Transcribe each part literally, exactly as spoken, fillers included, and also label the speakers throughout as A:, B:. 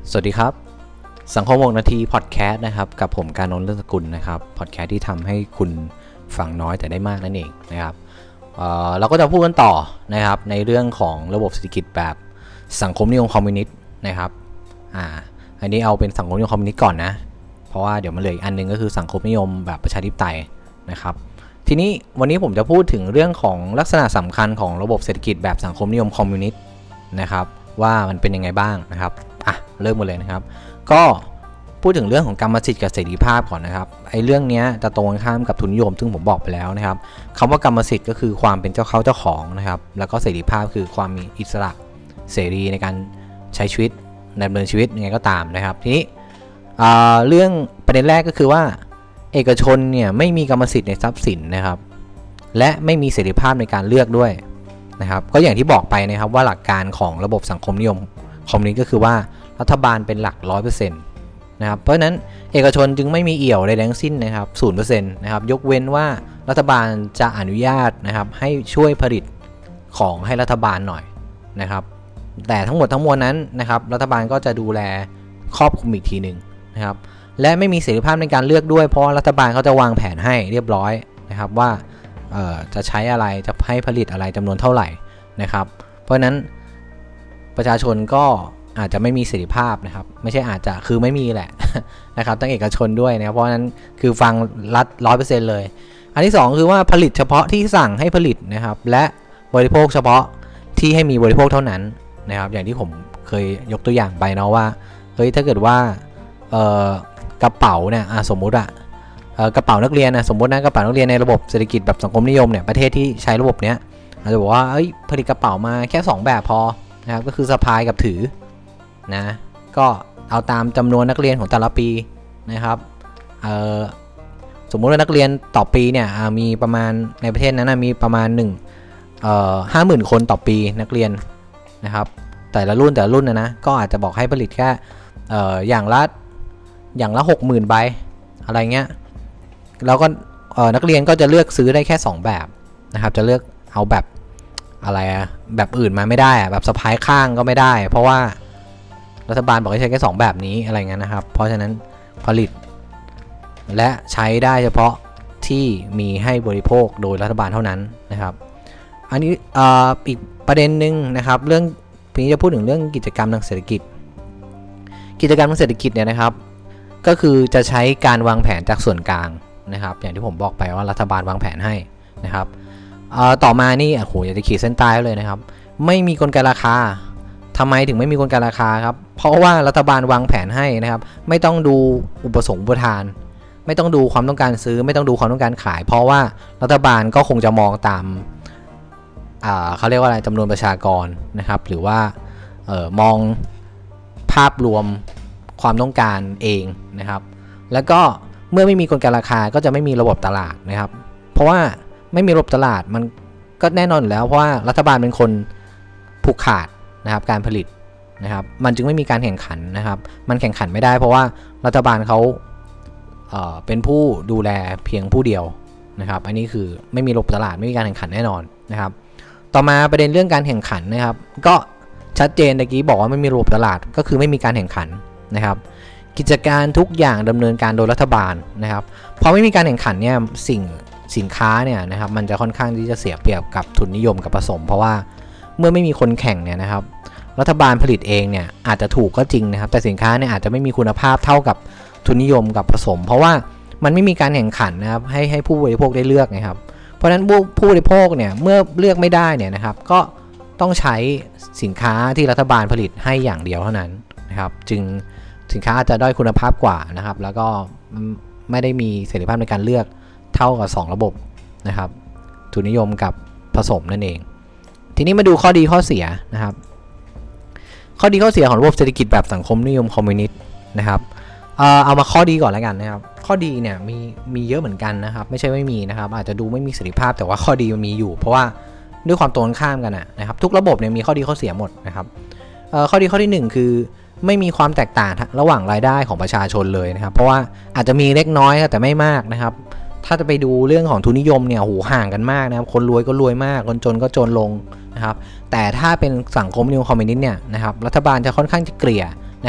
A: สวัสดีครับสังคมหกนาทีพอดแคสต์นะครับกับผมกานนท์ เลิศสกุลนะครับพอดแคสต์ที่ทำให้คุณฟังน้อยแต่ได้มากนั่นเองนะครับ เอ่อ เราก็จะพูดกันต่อนะครับในเรื่องของระบบเศรษฐกิจแบบสังคมนิยมคอมมิวนิสต์นะครับอ่าอันนี้เอาเป็นสังคมนิยมคอมมิวนิสต์ก่อนนะเพราะว่าเดี๋ยวมันเหลืออีกอันนึงก็คือสังคมนิยมแบบประชาธิปไตยนะครับทีนี้วันนี้ผมจะพูดถึงเรื่องของลักษณะสำคัญของระบบเศรษฐกิจแบบสังคมนิยมคอมมิวนิสต์นะครับว่ามันเป็นยังไงบ้างนะครับอ่ะเริ่มกันเลยนะครับก็พูดถึงเรื่องของกรรมสิทธิ์กับเสรีภาพก่อนนะครับไอ้เรื่องนี้จะตรงกันข้ามกับทุนนิยมซึ่งผมบอกไปแล้วนะครับคำว่ากรรมสิทธิ์ก็คือความเป็นเจ้าเขาเจ้าของนะครับแล้วก็เสรีภาพคือความมีอิสระเสรีในการใช้ชีวิตดำเนินชีวิตยังไงก็ตามนะครับทีนี้เรื่องประเด็นแรกก็คือว่าเอกชนเนี่ยไม่มีกรรมสิทธิ์ในทรัพย์สินนะครับและไม่มีเสรีภาพในการเลือกด้วยนะครับก็อย่างที่บอกไปนะครับว่าหลักการของระบบสังคมนิยมคอมมิวนิสต์ก็คือว่ารัฐบาลเป็นหลัก ร้อยเปอร์เซ็นต์ นะครับเพราะฉะนั้นเอกชนจึงไม่มีเอี่ยวใดทั้งสิ้นนะครับ ศูนย์เปอร์เซ็นต์ นะครับยกเว้นว่ารัฐบาลจะอนุญาตนะครับให้ช่วยผลิตของให้รัฐบาลหน่อยนะครับแต่ทั้งหมดทั้งมวลนั้นนะครับรัฐบาลก็จะดูแลครอบคลุมอีกทีหนึ่งนะครับและไม่มีเสรีภาพในการเลือกด้วยเพราะรัฐบาลเขาจะวางแผนให้เรียบร้อยนะครับว่าจะใช้อะไรจะให้ผลิตอะไรจำนวนเท่าไหร่นะครับเพราะฉะนั้นประชาชนก็อาจจะไม่มีเสรีภาพนะครับไม่ใช่อาจจะคือไม่มีแหละนะครับตั้งเอกชนด้วยนะครับเพราะฉะนั้นคือฟังรัฐ ร้อยเปอร์เซ็นต์ เลยอันที่สองคือว่าผลิตเฉพาะที่สั่งให้ผลิตนะครับและบริโภคเฉพาะที่ให้มีบริโภคเท่านั้นนะครับอย่างที่ผมเคยยกตัวอย่างไปเนาะว่าเฮ้ยถ้าเกิดว่ากระเป๋าเนี่ยสมมุติอะกระเป๋านักเรียนนะสมมตินะกระเป๋านักเรียนในระบบเศรษฐกิจแบบสังคมนิยมเนี่ยประเทศที่ใช้ระบบเนี้ยอาจจะบอกว่าเอ้ยผลิตกระเป๋ามาแค่สองแบบพอนะครับก็คือสะพายกับถือนะก็เอาตามจำนวนนักเรียนของแต่ละปีนะครับสมมุติว่านักเรียนต่อปีเนี่ยมีประมาณในประเทศนั้นมีประมาณหนึ่งห้าหมื่นคนต่อปีนักเรียนนะครับแต่ละรุ่นแต่ละรุ่นนะนะก็อาจจะบอกให้ผลิตแค่อย่างละอย่างละหกหมื่นใบอะไรเงี้ยแล้วก็นักเรียนก็จะเลือกซื้อได้แค่สองแบบนะครับจะเลือกเอาแบบอะไรอะแบบอื่นมาไม่ได้อะแบบสะพายข้างก็ไม่ได้เพราะว่ารัฐบาลบอกให้ใช้แค่สองแบบนี้อะไรเงี้ยนะครับเพราะฉะนั้นผลิตและใช้ได้เฉพาะที่มีให้บริโภคโดยรัฐบาลเท่านั้นนะครับอันนี้อีกประเด็นหนึ่งนะครับเรื่องทีนี้จะพูดถึงเรื่องกิจกรรมทางเศรษฐกิจกิจกรรมทางเศรษฐกิจเนี่ยนะครับก็คือจะใช้การวางแผนจากส่วนกลางนะครับอย่างที่ผมบอกไปว่ารัฐบาลวางแผนให้นะครับต่อมานี่โอ้โหอยากจะขีดเส้นใต้เลยนะครับไม่มีกลไกราคาทำไมถึงไม่มีกลไกราคาครับเพราะว่ารัฐบาลวางแผนให้นะครับไม่ต้องดูอุปสงค์อุปทานไม่ต้องดูความต้องการซื้อไม่ต้องดูความต้องการขายเพราะว่ารัฐบาลก็คงจะมองตามเขาเรียกว่าอะไรจำนวนประชากรนะครับหรือว่าเอ่อมองภาพรวมความต้องการเองนะครับแล้วก็เมื่อไม่มีกลไกราคาก็จะไม่มีระบบตลาดนะครับเพราะว่าไม่มีระบบตลาดมันก็แน่นอนอยู่แล้วเพราะว่ารัฐบาลเป็นคนผูกขาดนะครับการผลิตนะครับมันจึงไม่มีการแข่งขันนะครับมันแข่งขันไม่ได้เพราะว่ารัฐบาลเขาเอ่อเป็นผู้ดูแลเพียงผู้เดียวนะครับอันนี้คือไม่มีระบบตลาดไม่มีการแข่งขันแน่นอนนะครับต่อมาประเด็นเรื่องการแข่งขันนะครับก็ชัดเจนตะกี้บอกว่าไม่มีระบบตลาดก็คือไม่มีการแข่งขันนะครับกิจการทุกอย่างดำเนินการโดยรัฐบาลนะครับพอไม่มีการแข่งขันเนี่ยสิ่งสินค้าเนี่ยนะครับมันจะค่อนข้างที่จะเสียเปรียบกับทุนนิยมกับผสมเพราะว่าเมื่อไม่มีคนแข่งเนี่ยนะครับรัฐบาลผลิตเองเนี่ยอาจจะถูกก็จริงนะครับแต่สินค้าเนี่ยอาจจะไม่มีคุณภาพเท่ากับทุนนิยมกับผสมเพราะว่ามันไม่มีการแข่งขันนะครับให้ให้ผู้บริโภคได้เลือกนะครับเพราะฉะนั้นผู้ผู้บริโภคเนี่ยเมื่อเลือกไม่ได้เนี่ยนะครับก็ต้องใช้สินค้าที่รัฐบาลผลิตให้อย่างเดียวเท่านั้นนะครับจึงสินค้าอาจจะด้อยคุณภาพกว่านะครับแล้วก็ไม่ได้มีเสรีภาพในการเลือกเท่ากับสองระบบนะครับทุนนิยมกับผสมนั่นเองทีนี้มาดูข้อดีข้อเสียนะครับข้อดีข้อเสียของระบบเศรษฐกิจแบบสังคมนิยมคอมมิวนิสต์นะครับเอ่อเอามาข้อดีก่อนแล้วกันนะครับข้อดีเนี่ยมีมีเยอะเหมือนกันนะครับไม่ใช่ไม่มีนะครับอาจจะดูไม่มีเสรีภาพแต่ว่าข้อดีมันมีอยู่เพราะว่าด้วยความตรงข้ามกันนะครับทุกระบบเนี่ยมีข้อดีข้อเสียหมดนะครับเอ่อข้อดีข้อที่หนึ่งคือไม่มีความแตกต่างระหว่างรายได้ของประชาชนเลยนะครับเพราะว่าอาจจะมีเล็กน้อยแต่ไม่มากนะครับถ้าจะไปดูเรื่องของทุนนิยมเนี่ยโหห่างกันมากนะครับคนรวยก็รวยมากคนจนก็จนลงนะครับแต่ถ้าเป็นสังคมนิยมคอมมิวนิสต์เนี่ยนะครับรัฐบาลจะค่อนข้างจะเกลี่ยนะครับ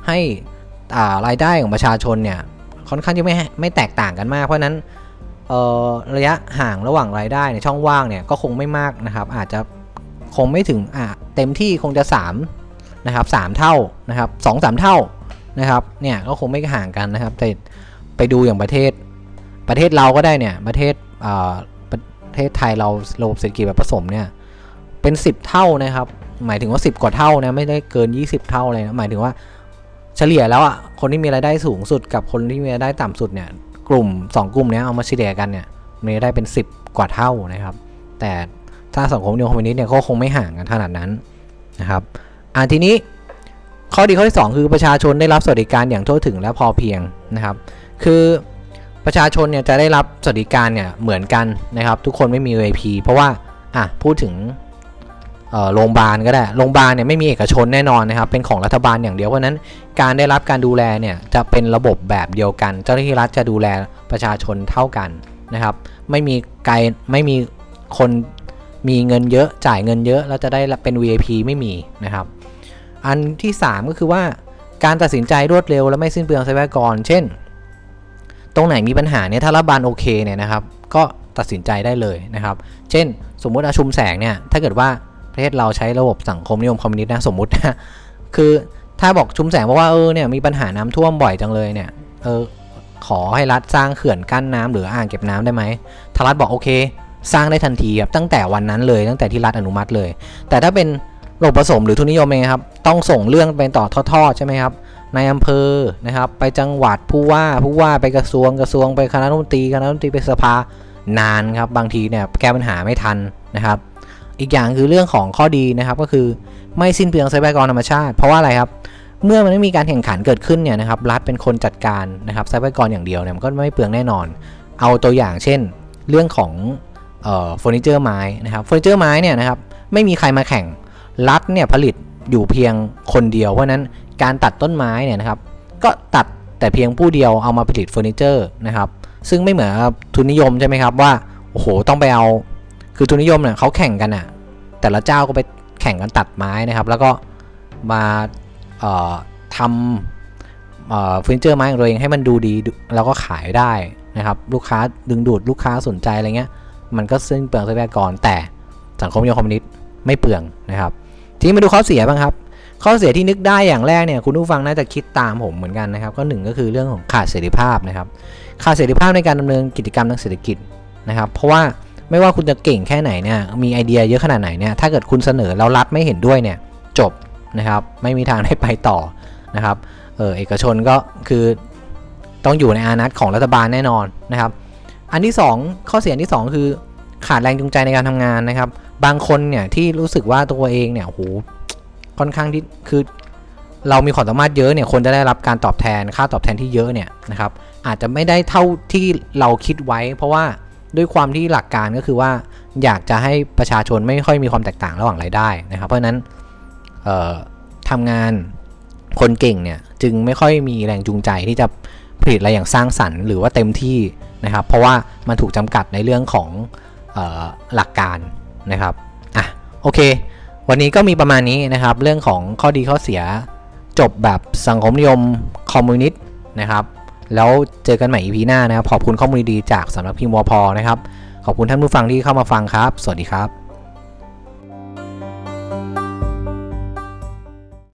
A: ให้อ่ารายได้ของประชาชนเนี่ยค่อนข้างจะไม่ไม่แตกต่างกันมากเพราะนั้นระยะห่างระหว่างรายได้ในช่องว่างเนี่ยก็คงไม่มากนะครับอาจจะคงไม่ถึงอ่ะเต็มที่คงจะสามนะครับสามเท่านะครับสองสามเท่านะครับเนี่ยก็คงไม่ห่างกันนะครับแต่ไปดูอย่างประเทศประเทศเราก็ได้เนี่ยประเทศอ่าประเทศไทยเราระบบเศรษฐกิจแบบผสมเนี่ยเป็นสิบเท่านะครับหมายถึงว่าสิบกว่าเท่านะไม่ได้เกินยี่สิบเท่าเลยนะหมายถึงว่าเฉลี่ยแล้วอ่ะคนที่มีรายได้สูงสุดกับคนที่มีรายได้ต่ำสุดเนี่ยกลุ่มสองกลุ่มนี้เอามาเฉลี่ยกันเนี่ยมีรายได้เป็นสิบกว่าเท่านะครับแต่ถ้าสังคมนิยมคอมมิวนิสต์เนี่ยก็คงไม่ห่างกันขนาดนั้นนะครับอ่าทีนี้ข้อดีข้อที่สองคือประชาชนได้รับสวัสดิการอย่างทั่วถึงและพอเพียงนะครับคือประชาชนเนี่ยจะได้รับสวัสดิการเนี่ยเหมือนกันนะครับทุกคนไม่มี วี ไอ พี เพราะว่าอ่ะพูดถึงโรงพยาบาลก็ได้โรงพยาบาลเนี่ยไม่มีเอกชนแน่นอนนะครับเป็นของรัฐบาลอย่างเดียวเพราะนั้นการได้รับการดูแลเนี่ยจะเป็นระบบแบบเดียวกันเจ้าหน้าที่รัฐจะดูแลประชาชนเท่ากันนะครับไม่มีไกลไม่มีคนมีเงินเยอะจ่ายเงินเยอะแล้วจะได้เป็น วี ไอ พี ไม่มีนะครับอันที่สามก็คือว่าการตัดสินใจรวดเร็วและไม่สิ้นเปลืองทรัพยากรเช่นตรงไหนมีปัญหาเนี่ยถ้ารัฐบาลโอเคเนี่ยนะครับก็ตัดสินใจได้เลยนะครับเช่นสมมุติอาชุมแสงเนี่ยถ้าเกิดว่าประเทศเราใช้ระบบสังคมนิยมคอมมิวนิสต์นะสมมุตินะคือถ้าบอกชุมแสงบอกว่าเออเนี่ยมีปัญหาน้ำท่วมบ่อยจังเลยเนี่ยเออขอให้รัฐสร้างเขื่อนกั้นน้ำหรืออ่างเก็บน้ำได้ไหมถ้ารัฐบอกโอเคสร้างได้ทันทีครับตั้งแต่วันนั้นเลยตั้งแต่ที่รัฐอนุมัติเลยแต่ถ้าเป็นระบบผสมหรือทุนนิยมเองครับต้องส่งเรื่องไปต่อทอดๆใช่ไหมครับในอำเภอนะครับไปจังหวัดผู้ว่าผู้ว่าไปกระทรวงกระทรวงไปคณะรัฐมนตรีคณะรัฐมนตรีไปสภานานครับบางทีเนี่ยแก้ปัญหาไม่ทันนะครับอีกอย่างคือเรื่องของข้อดีนะครับก็คือไม่สิ้นเปลืองทรัพยากรธรรมชาติเพราะว่าอะไรครับเมื่อมันไม่มีการแข่งขันเกิดขึ้นเนี่ยนะครับรัฐเป็นคนจัดการนะครับทรัพยากรอย่างเดียวเนี่ยมันก็ไม่เปลืองแน่นอนเอาตัวอย่างเช่นเรื่องของเอ่อเฟอร์นิเจอร์ไม้นะครับเฟอร์นิเจอร์ไม้เนี่ยนะครับไม่มีใครมาแข่งรัฐเนี่ยผลิตอยู่เพียงคนเดียวเพราะนั้นการตัดต้นไม้เนี่ยนะครับก็ตัดแต่เพียงผู้เดียวเอามาผลิตเฟอร์นิเจอร์นะครับซึ่งไม่เหมือนทุนนิยมใช่ไหมครับว่าโอ้โหต้องไปเอาคือทุนนิยมเนี่ยเขาแข่งกันอ่ะแต่ละเจ้าก็ไปแข่งกันตัดไม้นะครับแล้วก็มาเอ่อทำเอ่อเฟอร์นิเจอร์ไม้ของตัวเองให้มันดูดีแล้วก็ขายได้นะครับลูกค้าดึงดูดลูกค้าสนใจอะไรเงี้ยมันก็สิ้นเปลืองทรัพยากรแต่สังคมนิยมคอมมิวนิสต์ไม่เปลืองนะครับทีนี้มาดูข้อเสียบ้างครับข้อเสียที่นึกได้อย่างแรกเนี่ยคุณผู้ฟังน่าจะคิดตามผมเหมือนกันนะครับก็หนึ่งก็คือเรื่องของขาดเสรีภาพนะครับขาดเสรีภาพในการดำเนินกิจกรรมทางเศรษฐกิจนะครับเพราะว่าไม่ว่าคุณจะเก่งแค่ไหนเนี่ยมีไอเดียเยอะขนาดไหนเนี่ยถ้าเกิดคุณเสนอแล้วรัฐไม่เห็นด้วยเนี่ยจบนะครับไม่มีทางได้ไปต่อนะครับเออเอกชนก็คือต้องอยู่ในอานัตของรัฐบาลแน่นอนนะครับอันที่สองข้อเสียที่สองคือขาดแรงจูงใจในการทำงานนะครับบางคนเนี่ยที่รู้สึกว่าตัวเองเนี่ยโหค่อนข้างที่คือเรามีความสามารถเยอะเนี่ยคนจะได้รับการตอบแทนค่าตอบแทนที่เยอะเนี่ยนะครับอาจจะไม่ได้เท่าที่เราคิดไว้เพราะว่าด้วยความที่หลักการก็คือว่าอยากจะให้ประชาชนไม่ค่อยมีความแตกต่างระหว่างรายได้นะครับเพราะฉะนั้นทำงานคนเก่งเนี่ยจึงไม่ค่อยมีแรงจูงใจที่จะผลิตอะไรอย่างสร้างสรรค์หรือว่าเต็มที่นะครับเพราะว่ามันถูกจำกัดในเรื่องของเอ่อหลักการนะครับอ่ะโอเควันนี้ก็มีประมาณนี้นะครับเรื่องของข้อดีข้อเสียจบแบบสังคมนิยมคอมมิวนิสต์นะครับแล้วเจอกันใหม่ อี พี หน้านะครับขอบคุณข้อมูลดีๆจากสำนักพิมพ์วพนะครับขอบคุณท่านผู้ฟังที่เข้ามาฟังครับสวัสดีครับ